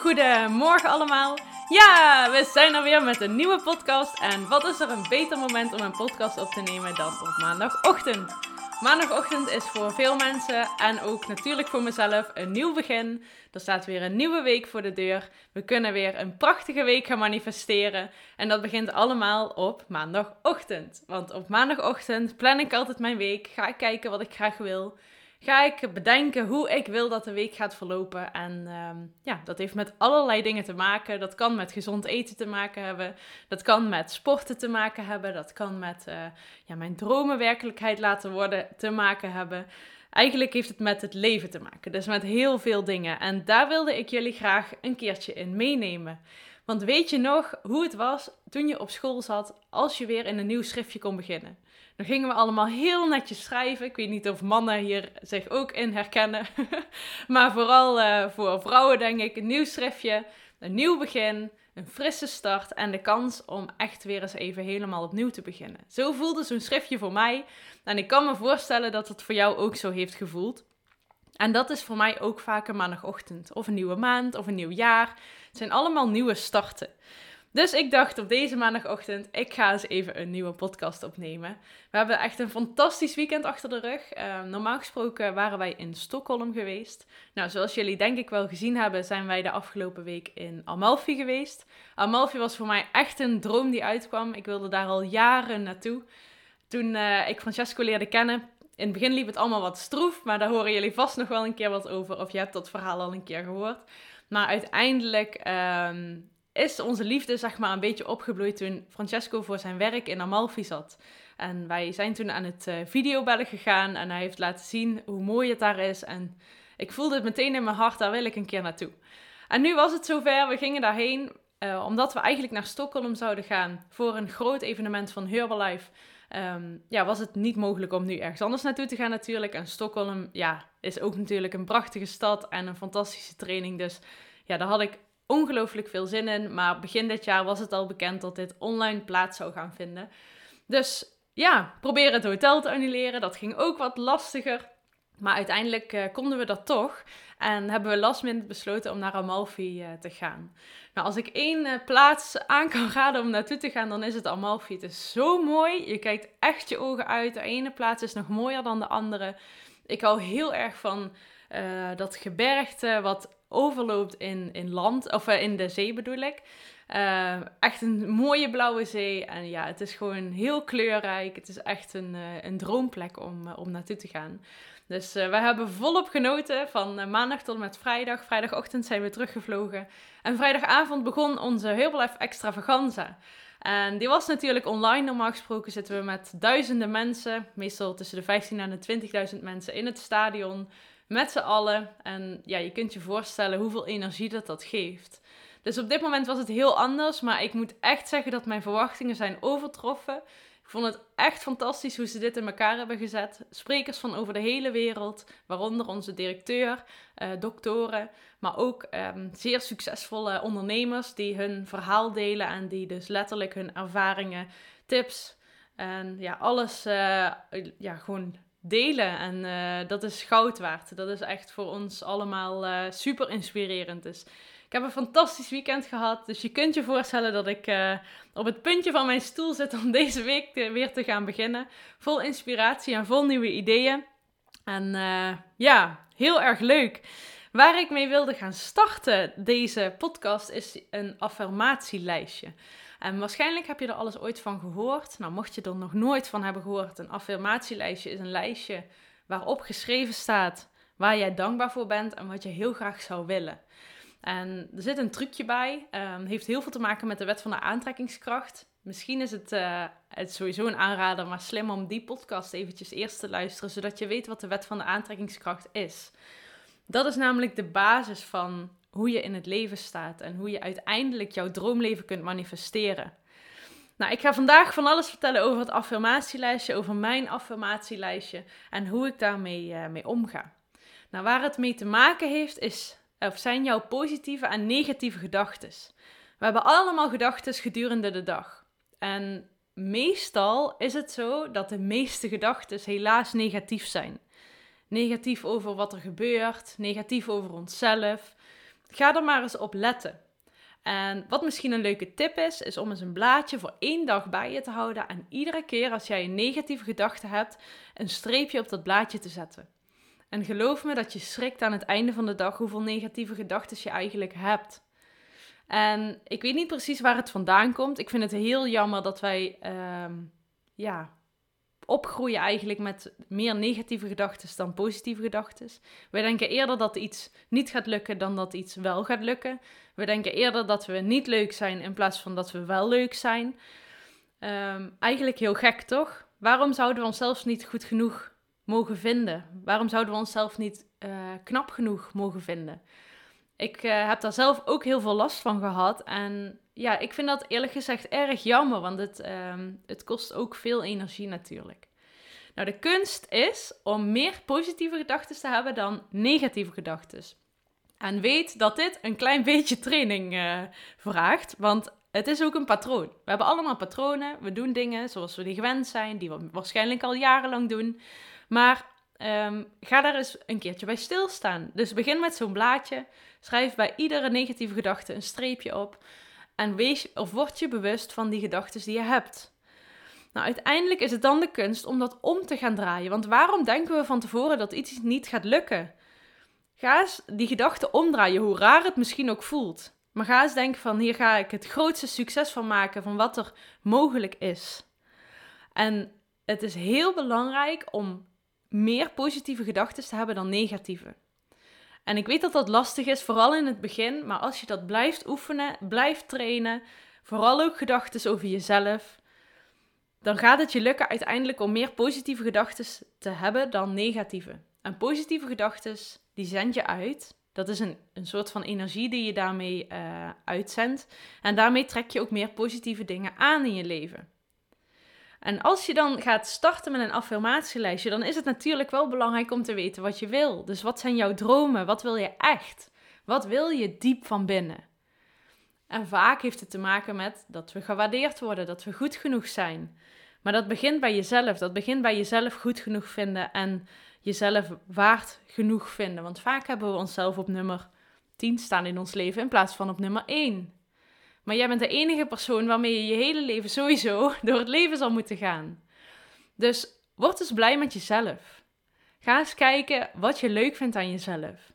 Goedemorgen allemaal. Ja, we zijn er weer met een nieuwe podcast. En wat is er een beter moment om een podcast op te nemen dan op maandagochtend? Maandagochtend is voor veel mensen en ook natuurlijk voor mezelf een nieuw begin. Er staat weer een nieuwe week voor de deur. We kunnen weer een prachtige week gaan manifesteren. En dat begint allemaal op maandagochtend. Want op maandagochtend plan ik altijd mijn week. Ga ik kijken wat ik graag wil. Ga ik bedenken hoe ik wil dat de week gaat verlopen. En dat heeft met allerlei dingen te maken. Dat kan met gezond eten te maken hebben. Dat kan met sporten te maken hebben. Dat kan met mijn dromen werkelijkheid laten worden te maken hebben. Eigenlijk heeft het met het leven te maken. Dus met heel veel dingen. En daar wilde ik jullie graag een keertje in meenemen. Want weet je nog hoe het was toen je op school zat als je weer in een nieuw schriftje kon beginnen? Dan gingen we allemaal heel netjes schrijven. Ik weet niet of mannen hier zich ook in herkennen. Maar vooral voor vrouwen denk ik een nieuw schriftje, een nieuw begin, een frisse start en de kans om echt weer eens even helemaal opnieuw te beginnen. Zo voelde zo'n schriftje voor mij. En ik kan me voorstellen dat het voor jou ook zo heeft gevoeld. En dat is voor mij ook vaak een maandagochtend. Of een nieuwe maand, of een nieuw jaar. Het zijn allemaal nieuwe starten. Dus ik dacht op deze maandagochtend, ik ga eens even een nieuwe podcast opnemen. We hebben echt een fantastisch weekend achter de rug. Normaal gesproken waren wij in Stockholm geweest. Nou, zoals jullie denk ik wel gezien hebben, zijn wij de afgelopen week in Amalfi geweest. Amalfi was voor mij echt een droom die uitkwam. Ik wilde daar al jaren naartoe. Toen ik Francesco leerde kennen, in het begin liep het allemaal wat stroef, maar daar horen jullie vast nog wel een keer wat over. Of je hebt dat verhaal al een keer gehoord. Maar uiteindelijk is onze liefde zeg maar een beetje opgebloeid toen Francesco voor zijn werk in Amalfi zat. En wij zijn toen aan het videobellen gegaan en hij heeft laten zien hoe mooi het daar is. En ik voelde het meteen in mijn hart, daar wil ik een keer naartoe. En nu was het zover, we gingen daarheen omdat we eigenlijk naar Stockholm zouden gaan voor een groot evenement van Herbalife. Was het niet mogelijk om nu ergens anders naartoe te gaan natuurlijk. En Stockholm is ook natuurlijk een prachtige stad en een fantastische training. Dus ja, daar had ik ongelooflijk veel zin in. Maar begin dit jaar was het al bekend dat dit online plaats zou gaan vinden. Dus ja, proberen het hotel te annuleren. Dat ging ook wat lastiger. Maar uiteindelijk konden we dat toch. En hebben we last minute besloten om naar Amalfi te gaan. Nou, als ik één plaats aan kan raden om naartoe te gaan, dan is het Amalfi. Het is zo mooi. Je kijkt echt je ogen uit. De ene plaats is nog mooier dan de andere. Ik hou heel erg van dat gebergte wat overloopt in land, of in de zee bedoel ik. Echt een mooie blauwe zee. En ja, het is gewoon heel kleurrijk. Het is echt een droomplek om naartoe te gaan. Dus we hebben volop genoten van maandag tot en met vrijdag. Vrijdagochtend zijn we teruggevlogen. En vrijdagavond begon onze Herbalife Extravaganza. En die was natuurlijk online. Normaal gesproken zitten we met duizenden mensen. Meestal tussen de 15.000 en de 20.000 mensen in het stadion. Met z'n allen. En ja, je kunt je voorstellen hoeveel energie dat geeft. Dus op dit moment was het heel anders. Maar ik moet echt zeggen dat mijn verwachtingen zijn overtroffen. Ik vond het echt fantastisch hoe ze dit in elkaar hebben gezet. Sprekers van over de hele wereld, waaronder onze directeur, doktoren, maar ook zeer succesvolle ondernemers die hun verhaal delen en die dus letterlijk hun ervaringen, tips en ja, alles gewoon delen. En dat is goud waard. Dat is echt voor ons allemaal super inspirerend. Dus ik heb een fantastisch weekend gehad. Dus je kunt je voorstellen dat ik op het puntje van mijn stoel zit om deze week weer te gaan beginnen. Vol inspiratie en vol nieuwe ideeën. En heel erg leuk. Waar ik mee wilde gaan starten deze podcast is een affirmatielijstje. En waarschijnlijk heb je er alles ooit van gehoord. Nou, mocht je er nog nooit van hebben gehoord, een affirmatielijstje is een lijstje waarop geschreven staat waar jij dankbaar voor bent en wat je heel graag zou willen. En er zit een trucje bij. Heeft heel veel te maken met de wet van de aantrekkingskracht. Misschien is het sowieso een aanrader, maar slim om die podcast eventjes eerst te luisteren, zodat je weet wat de wet van de aantrekkingskracht is. Dat is namelijk de basis van hoe je in het leven staat en hoe je uiteindelijk jouw droomleven kunt manifesteren. Nou, ik ga vandaag van alles vertellen over het affirmatielijstje, over mijn affirmatielijstje en hoe ik daarmee mee omga. Nou, waar het mee te maken heeft zijn jouw positieve en negatieve gedachten. We hebben allemaal gedachten gedurende de dag. En meestal is het zo dat de meeste gedachten helaas negatief zijn. Negatief over wat er gebeurt, negatief over onszelf. ga er maar eens op letten. En wat misschien een leuke tip is om eens een blaadje voor 1 dag bij je te houden. En iedere keer als jij een negatieve gedachte hebt, een streepje op dat blaadje te zetten. En geloof me dat je schrikt aan het einde van de dag hoeveel negatieve gedachten je eigenlijk hebt. En ik weet niet precies waar het vandaan komt. Ik vind het heel jammer dat wij opgroeien eigenlijk met meer negatieve gedachten dan positieve gedachten. We denken eerder dat iets niet gaat lukken dan dat iets wel gaat lukken. We denken eerder dat we niet leuk zijn in plaats van dat we wel leuk zijn. Eigenlijk heel gek, toch? Waarom zouden we onszelf niet goed genoeg mogen vinden? Waarom zouden we onszelf niet knap genoeg mogen vinden? Ik heb daar zelf ook heel veel last van gehad. En ja, ik vind dat eerlijk gezegd erg jammer, want het kost ook veel energie natuurlijk. Nou, de kunst is om meer positieve gedachten te hebben dan negatieve gedachten. En weet dat dit een klein beetje training vraagt, want het is ook een patroon. We hebben allemaal patronen, we doen dingen zoals we die gewend zijn, die we waarschijnlijk al jarenlang doen. Maar ga daar eens een keertje bij stilstaan. Dus begin met zo'n blaadje, schrijf bij iedere negatieve gedachte een streepje op en word je bewust van die gedachten die je hebt. Nou, uiteindelijk is het dan de kunst om dat om te gaan draaien. Want waarom denken we van tevoren dat iets niet gaat lukken? Ga eens die gedachte omdraaien, hoe raar het misschien ook voelt. Maar ga eens denken van, hier ga ik het grootste succes van maken van wat er mogelijk is. En het is heel belangrijk om meer positieve gedachten te hebben dan negatieve. En ik weet dat dat lastig is, vooral in het begin. Maar als je dat blijft oefenen, blijft trainen, vooral ook gedachten over jezelf, dan gaat het je lukken uiteindelijk om meer positieve gedachten te hebben dan negatieve. En positieve gedachten, die zend je uit. Dat is een soort van energie die je daarmee uitzendt. En daarmee trek je ook meer positieve dingen aan in je leven. En als je dan gaat starten met een affirmatielijstje, dan is het natuurlijk wel belangrijk om te weten wat je wil. Dus wat zijn jouw dromen? Wat wil je echt? Wat wil je diep van binnen? En vaak heeft het te maken met dat we gewaardeerd worden, dat we goed genoeg zijn. Maar dat begint bij jezelf. Dat begint bij jezelf goed genoeg vinden en jezelf waard genoeg vinden. Want vaak hebben we onszelf op nummer 10 staan in ons leven in plaats van op nummer 1. Maar jij bent de enige persoon waarmee je je hele leven sowieso door het leven zal moeten gaan. Dus word eens blij met jezelf. Ga eens kijken wat je leuk vindt aan jezelf.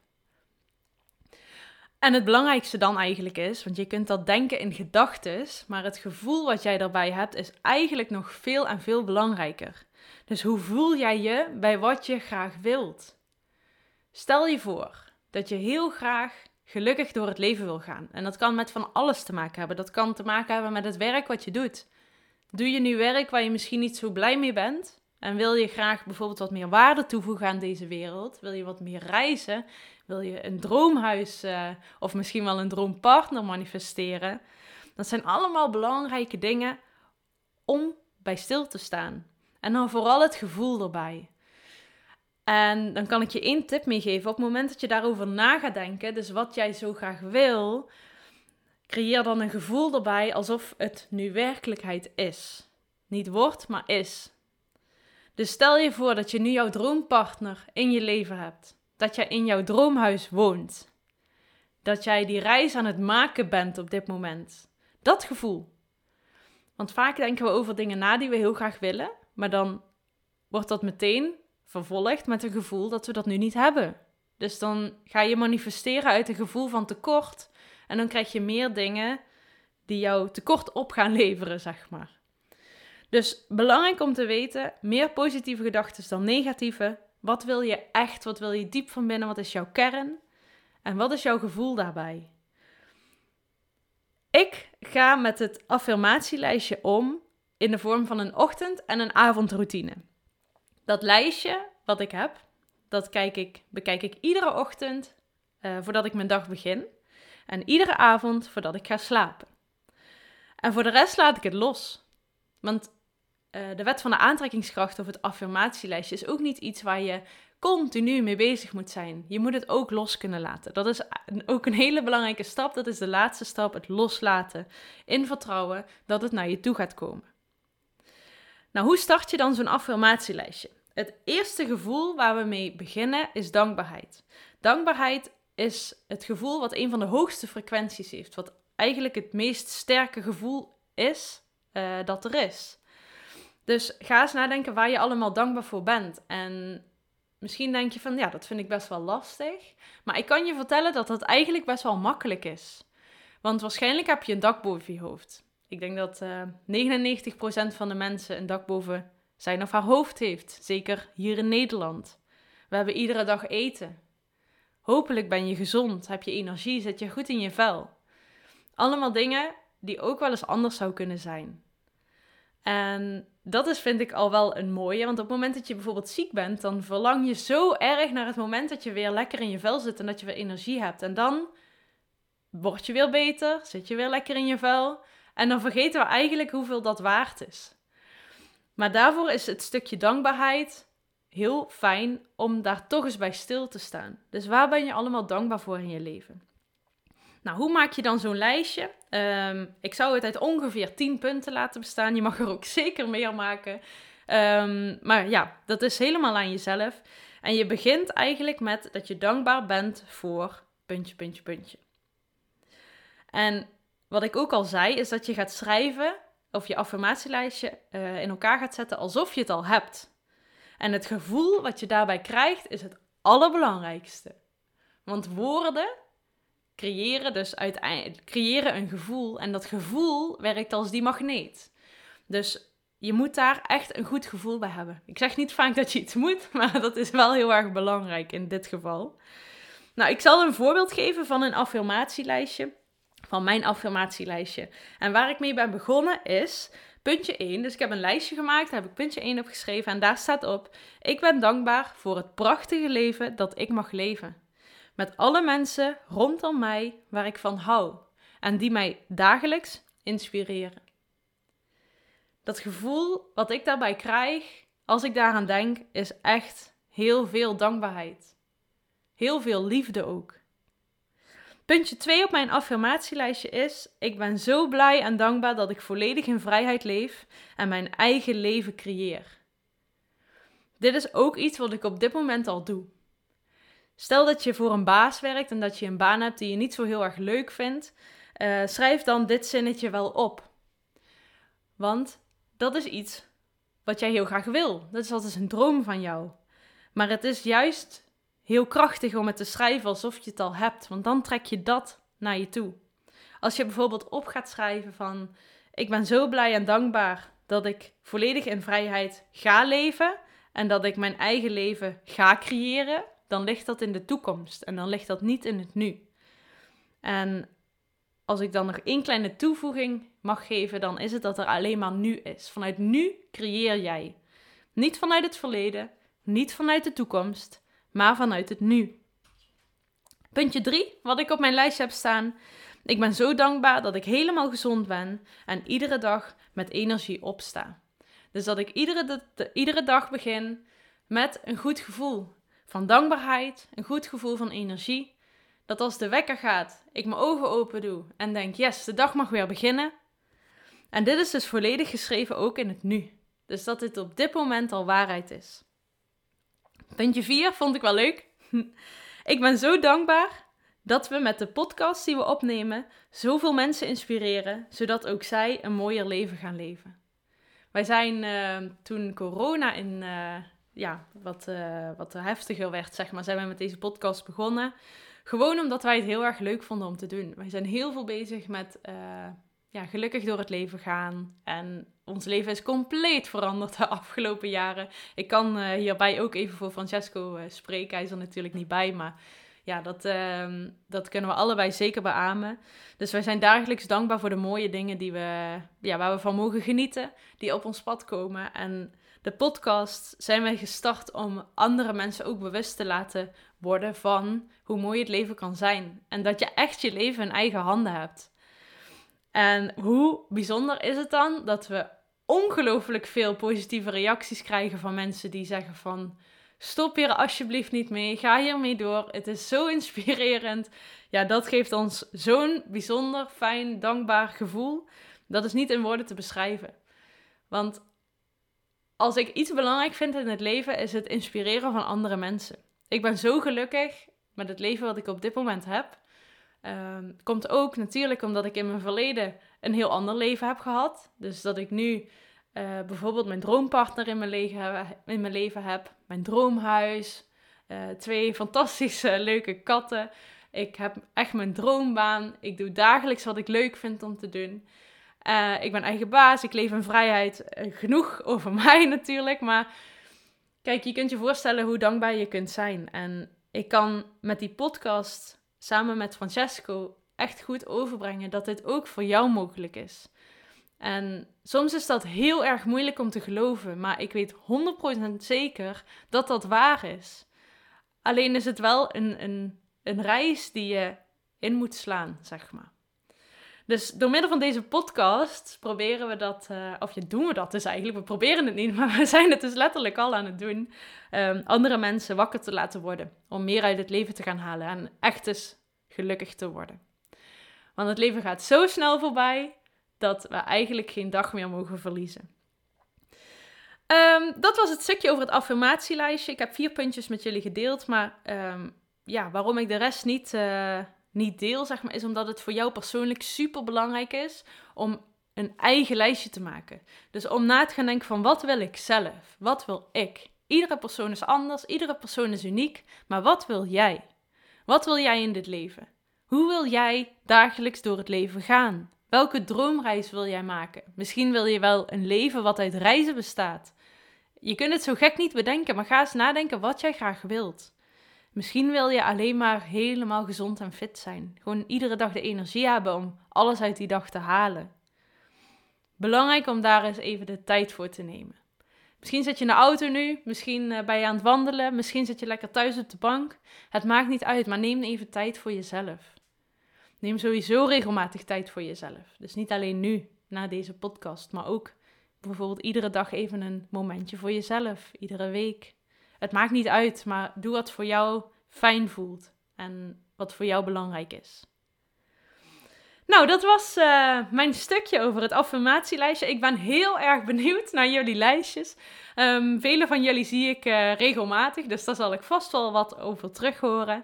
En het belangrijkste dan eigenlijk is, want je kunt dat denken in gedachten, maar het gevoel wat jij daarbij hebt is eigenlijk nog veel en veel belangrijker. Dus hoe voel jij je bij wat je graag wilt? Stel je voor dat je heel graag gelukkig door het leven wil gaan. En dat kan met van alles te maken hebben. Dat kan te maken hebben met het werk wat je doet. Doe je nu werk waar je misschien niet zo blij mee bent? En wil je graag bijvoorbeeld wat meer waarde toevoegen aan deze wereld? Wil je wat meer reizen? Wil je een droomhuis of misschien wel een droompartner manifesteren? Dat zijn allemaal belangrijke dingen om bij stil te staan. En dan vooral het gevoel erbij. En dan kan ik je 1 tip meegeven. Op het moment dat je daarover na gaat denken, dus wat jij zo graag wil, creëer dan een gevoel erbij alsof het nu werkelijkheid is. Niet wordt, maar is. Dus stel je voor dat je nu jouw droompartner in je leven hebt. Dat jij in jouw droomhuis woont. Dat jij die reis aan het maken bent op dit moment. Dat gevoel. Want vaak denken we over dingen na die we heel graag willen. Maar dan wordt dat meteen vervolgd met een gevoel dat we dat nu niet hebben. Dus dan ga je manifesteren uit een gevoel van tekort. En dan krijg je meer dingen die jouw tekort op gaan leveren, zeg maar. Dus belangrijk om te weten, meer positieve gedachten dan negatieve. Wat wil je echt? Wat wil je diep van binnen? Wat is jouw kern? En wat is jouw gevoel daarbij? Ik ga met het affirmatielijstje om in de vorm van een ochtend- en een avondroutine. Dat lijstje wat ik heb, dat bekijk ik iedere ochtend voordat ik mijn dag begin. En iedere avond voordat ik ga slapen. En voor de rest laat ik het los. Want de wet van de aantrekkingskracht of het affirmatielijstje is ook niet iets waar je continu mee bezig moet zijn. Je moet het ook los kunnen laten. Dat is ook een hele belangrijke stap. Dat is de laatste stap, het loslaten. In vertrouwen dat het naar je toe gaat komen. Nou, hoe start je dan zo'n affirmatielijstje? Het eerste gevoel waar we mee beginnen is dankbaarheid. Dankbaarheid is het gevoel wat een van de hoogste frequenties heeft. Wat eigenlijk het meest sterke gevoel is dat er is. Dus ga eens nadenken waar je allemaal dankbaar voor bent. En misschien denk je van, ja, dat vind ik best wel lastig. Maar ik kan je vertellen dat dat eigenlijk best wel makkelijk is. Want waarschijnlijk heb je een dak boven je hoofd. Ik denk dat 99% van de mensen een dak boven zijn of haar hoofd heeft. Zeker hier in Nederland. We hebben iedere dag eten. Hopelijk ben je gezond, heb je energie, zit je goed in je vel. Allemaal dingen die ook wel eens anders zou kunnen zijn. En dat is, vind ik, al wel een mooie. Want op het moment dat je bijvoorbeeld ziek bent, dan verlang je zo erg naar het moment dat je weer lekker in je vel zit en dat je weer energie hebt. En dan word je weer beter, zit je weer lekker in je vel. En dan vergeten we eigenlijk hoeveel dat waard is. Maar daarvoor is het stukje dankbaarheid heel fijn om daar toch eens bij stil te staan. Dus waar ben je allemaal dankbaar voor in je leven? Nou, hoe maak je dan zo'n lijstje? Ik zou het uit ongeveer 10 punten laten bestaan. Je mag er ook zeker meer maken. Maar ja, dat is helemaal aan jezelf. En je begint eigenlijk met dat je dankbaar bent voor puntje, puntje, puntje. En wat ik ook al zei, is dat je gaat schrijven of je affirmatielijstje in elkaar gaat zetten alsof je het al hebt. En het gevoel wat je daarbij krijgt is het allerbelangrijkste. Want woorden creëren een gevoel en dat gevoel werkt als die magneet. Dus je moet daar echt een goed gevoel bij hebben. Ik zeg niet vaak dat je iets moet, maar dat is wel heel erg belangrijk in dit geval. Nou, ik zal een voorbeeld geven van een affirmatielijstje, van mijn affirmatielijstje. En waar ik mee ben begonnen is puntje 1. Dus ik heb een lijstje gemaakt, daar heb ik puntje 1 op geschreven en daar staat op: ik ben dankbaar voor het prachtige leven dat ik mag leven. Met alle mensen rondom mij waar ik van hou en die mij dagelijks inspireren. Dat gevoel wat ik daarbij krijg, als ik daaraan denk, is echt heel veel dankbaarheid. Heel veel liefde ook. Puntje 2 op mijn affirmatielijstje is: ik ben zo blij en dankbaar dat ik volledig in vrijheid leef en mijn eigen leven creëer. Dit is ook iets wat ik op dit moment al doe. Stel dat je voor een baas werkt en dat je een baan hebt die je niet zo heel erg leuk vindt. Schrijf dan dit zinnetje wel op. Want dat is iets wat jij heel graag wil. Dat is een droom van jou. Maar het is juist heel krachtig om het te schrijven alsof je het al hebt. Want dan trek je dat naar je toe. Als je bijvoorbeeld op gaat schrijven van: ik ben zo blij en dankbaar dat ik volledig in vrijheid ga leven. En dat ik mijn eigen leven ga creëren. Dan ligt dat in de toekomst en dan ligt dat niet in het nu. En als ik dan nog 1 kleine toevoeging mag geven, dan is het dat er alleen maar nu is. Vanuit nu creëer jij. Niet vanuit het verleden, niet vanuit de toekomst, maar vanuit het nu. Puntje 3, wat ik op mijn lijstje heb staan: ik ben zo dankbaar dat ik helemaal gezond ben en iedere dag met energie opsta. Dus dat ik iedere dag begin met een goed gevoel. Van dankbaarheid, een goed gevoel van energie. Dat als de wekker gaat, ik mijn ogen open doe en denk: yes, de dag mag weer beginnen. En dit is dus volledig geschreven ook in het nu. Dus dat dit op dit moment al waarheid is. Puntje 4 vond ik wel leuk. Ik ben zo dankbaar dat we met de podcast die we opnemen zoveel mensen inspireren, zodat ook zij een mooier leven gaan leven. Wij zijn toen corona wat heftiger werd, zeg maar, zijn we met deze podcast begonnen. Gewoon omdat wij het heel erg leuk vonden om te doen. Wij zijn heel veel bezig met gelukkig door het leven gaan. En ons leven is compleet veranderd de afgelopen jaren. Ik kan hierbij ook even voor Francesco spreken. Hij is er natuurlijk niet bij, maar ja, dat kunnen we allebei zeker beamen. Dus wij zijn dagelijks dankbaar voor de mooie dingen waar we van mogen genieten, die op ons pad komen. En de podcast zijn wij gestart om andere mensen ook bewust te laten worden van hoe mooi het leven kan zijn. En dat je echt je leven in eigen handen hebt. En hoe bijzonder is het dan dat we ongelooflijk veel positieve reacties krijgen van mensen die zeggen van: stop hier alsjeblieft niet mee, ga hiermee door. Het is zo inspirerend. Ja, dat geeft ons zo'n bijzonder, fijn, dankbaar gevoel. Dat is niet in woorden te beschrijven. Want als ik iets belangrijk vind in het leven, is het inspireren van andere mensen. Ik ben zo gelukkig met het leven wat ik op dit moment heb. Komt ook natuurlijk omdat ik in mijn verleden een heel ander leven heb gehad. Dus dat ik nu bijvoorbeeld mijn droompartner in mijn leven heb. Mijn droomhuis. 2 fantastische leuke katten. Ik heb echt mijn droombaan. Ik doe dagelijks wat ik leuk vind om te doen. Ik ben eigen baas. Ik leef in vrijheid. Genoeg over mij natuurlijk. Maar kijk, je kunt je voorstellen hoe dankbaar je kunt zijn. En ik kan met die podcast samen met Francesco echt goed overbrengen dat dit ook voor jou mogelijk is. En soms is dat heel erg moeilijk om te geloven, maar ik weet 100% zeker dat dat waar is. Alleen is het wel een reis die je in moet slaan, zeg maar. Dus door middel van deze podcast proberen we dat, doen we dat dus eigenlijk. We proberen het niet, maar we zijn het dus letterlijk al aan het doen. Andere mensen wakker te laten worden. Om meer uit het leven te gaan halen en echt eens gelukkig te worden. Want het leven gaat zo snel voorbij dat we eigenlijk geen dag meer mogen verliezen. Dat was het stukje over het affirmatielijstje. Ik heb 4 puntjes met jullie gedeeld, maar waarom ik de rest niet deel, zeg maar, is omdat het voor jou persoonlijk super belangrijk is om een eigen lijstje te maken. Dus om na te gaan denken van wat wil ik zelf? Wat wil ik? Iedere persoon is anders, iedere persoon is uniek, maar wat wil jij? Wat wil jij in dit leven? Hoe wil jij dagelijks door het leven gaan? Welke droomreis wil jij maken? Misschien wil je wel een leven wat uit reizen bestaat. Je kunt het zo gek niet bedenken, maar ga eens nadenken wat jij graag wilt. Misschien wil je alleen maar helemaal gezond en fit zijn. Gewoon iedere dag de energie hebben om alles uit die dag te halen. Belangrijk om daar eens even de tijd voor te nemen. Misschien zit je in de auto nu, misschien ben je aan het wandelen, misschien zit je lekker thuis op de bank. Het maakt niet uit, maar neem even tijd voor jezelf. Neem sowieso regelmatig tijd voor jezelf. Dus niet alleen nu, na deze podcast, maar ook bijvoorbeeld iedere dag even een momentje voor jezelf. Iedere week. Het maakt niet uit, maar doe wat voor jou fijn voelt en wat voor jou belangrijk is. Nou, dat was mijn stukje over het affirmatielijstje. Ik ben heel erg benieuwd naar jullie lijstjes. Vele van jullie zie ik regelmatig, dus daar zal ik vast wel wat over terug horen.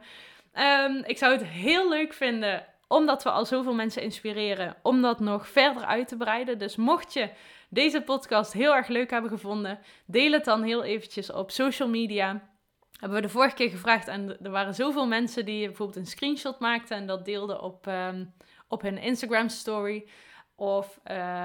Ik zou het heel leuk vinden, omdat we al zoveel mensen inspireren, om dat nog verder uit te breiden. Dus mocht je deze podcast heel erg leuk hebben gevonden, deel het dan heel eventjes op social media. Hebben we de vorige keer gevraagd en er waren zoveel mensen die bijvoorbeeld een screenshot maakten en dat deelden op hun Instagram story. Of,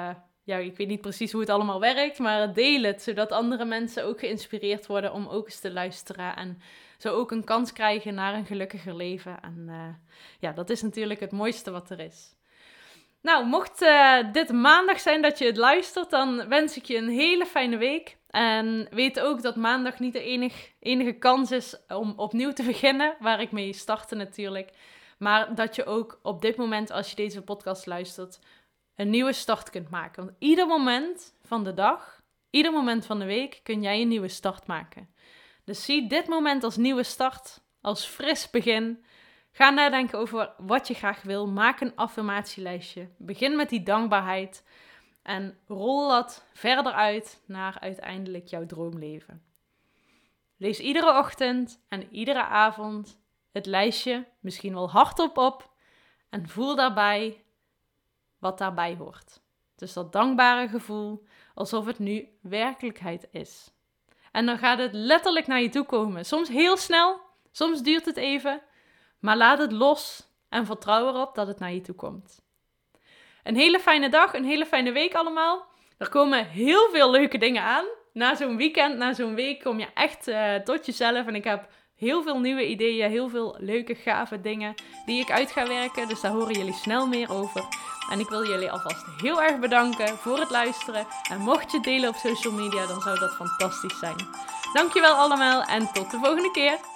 ik weet niet precies hoe het allemaal werkt, maar deel het, zodat andere mensen ook geïnspireerd worden om ook eens te luisteren en zo ook een kans krijgen naar een gelukkiger leven. En dat is natuurlijk het mooiste wat er is. Nou, mocht dit maandag zijn dat je het luistert, dan wens ik je een hele fijne week. En weet ook dat maandag niet de enige kans is om opnieuw te beginnen, waar ik mee startte natuurlijk. Maar dat je ook op dit moment, als je deze podcast luistert, een nieuwe start kunt maken. Want ieder moment van de dag, ieder moment van de week kun jij een nieuwe start maken. Dus zie dit moment als nieuwe start, als fris begin. Ga nadenken over wat je graag wil. Maak een affirmatielijstje. Begin met die dankbaarheid. En rol dat verder uit naar uiteindelijk jouw droomleven. Lees iedere ochtend en iedere avond het lijstje misschien wel hardop op. En voel daarbij wat daarbij hoort. Dus dat dankbare gevoel alsof het nu werkelijkheid is. En dan gaat het letterlijk naar je toe komen. Soms heel snel, soms duurt het even. Maar laat het los en vertrouw erop dat het naar je toe komt. Een hele fijne dag, een hele fijne week allemaal. Er komen heel veel leuke dingen aan. Na zo'n weekend, na zo'n week kom je echt tot jezelf. En ik heb heel veel nieuwe ideeën, heel veel leuke, gave dingen die ik uit ga werken. Dus daar horen jullie snel meer over. En ik wil jullie alvast heel erg bedanken voor het luisteren. En mocht je het delen op social media, dan zou dat fantastisch zijn. Dankjewel allemaal en tot de volgende keer.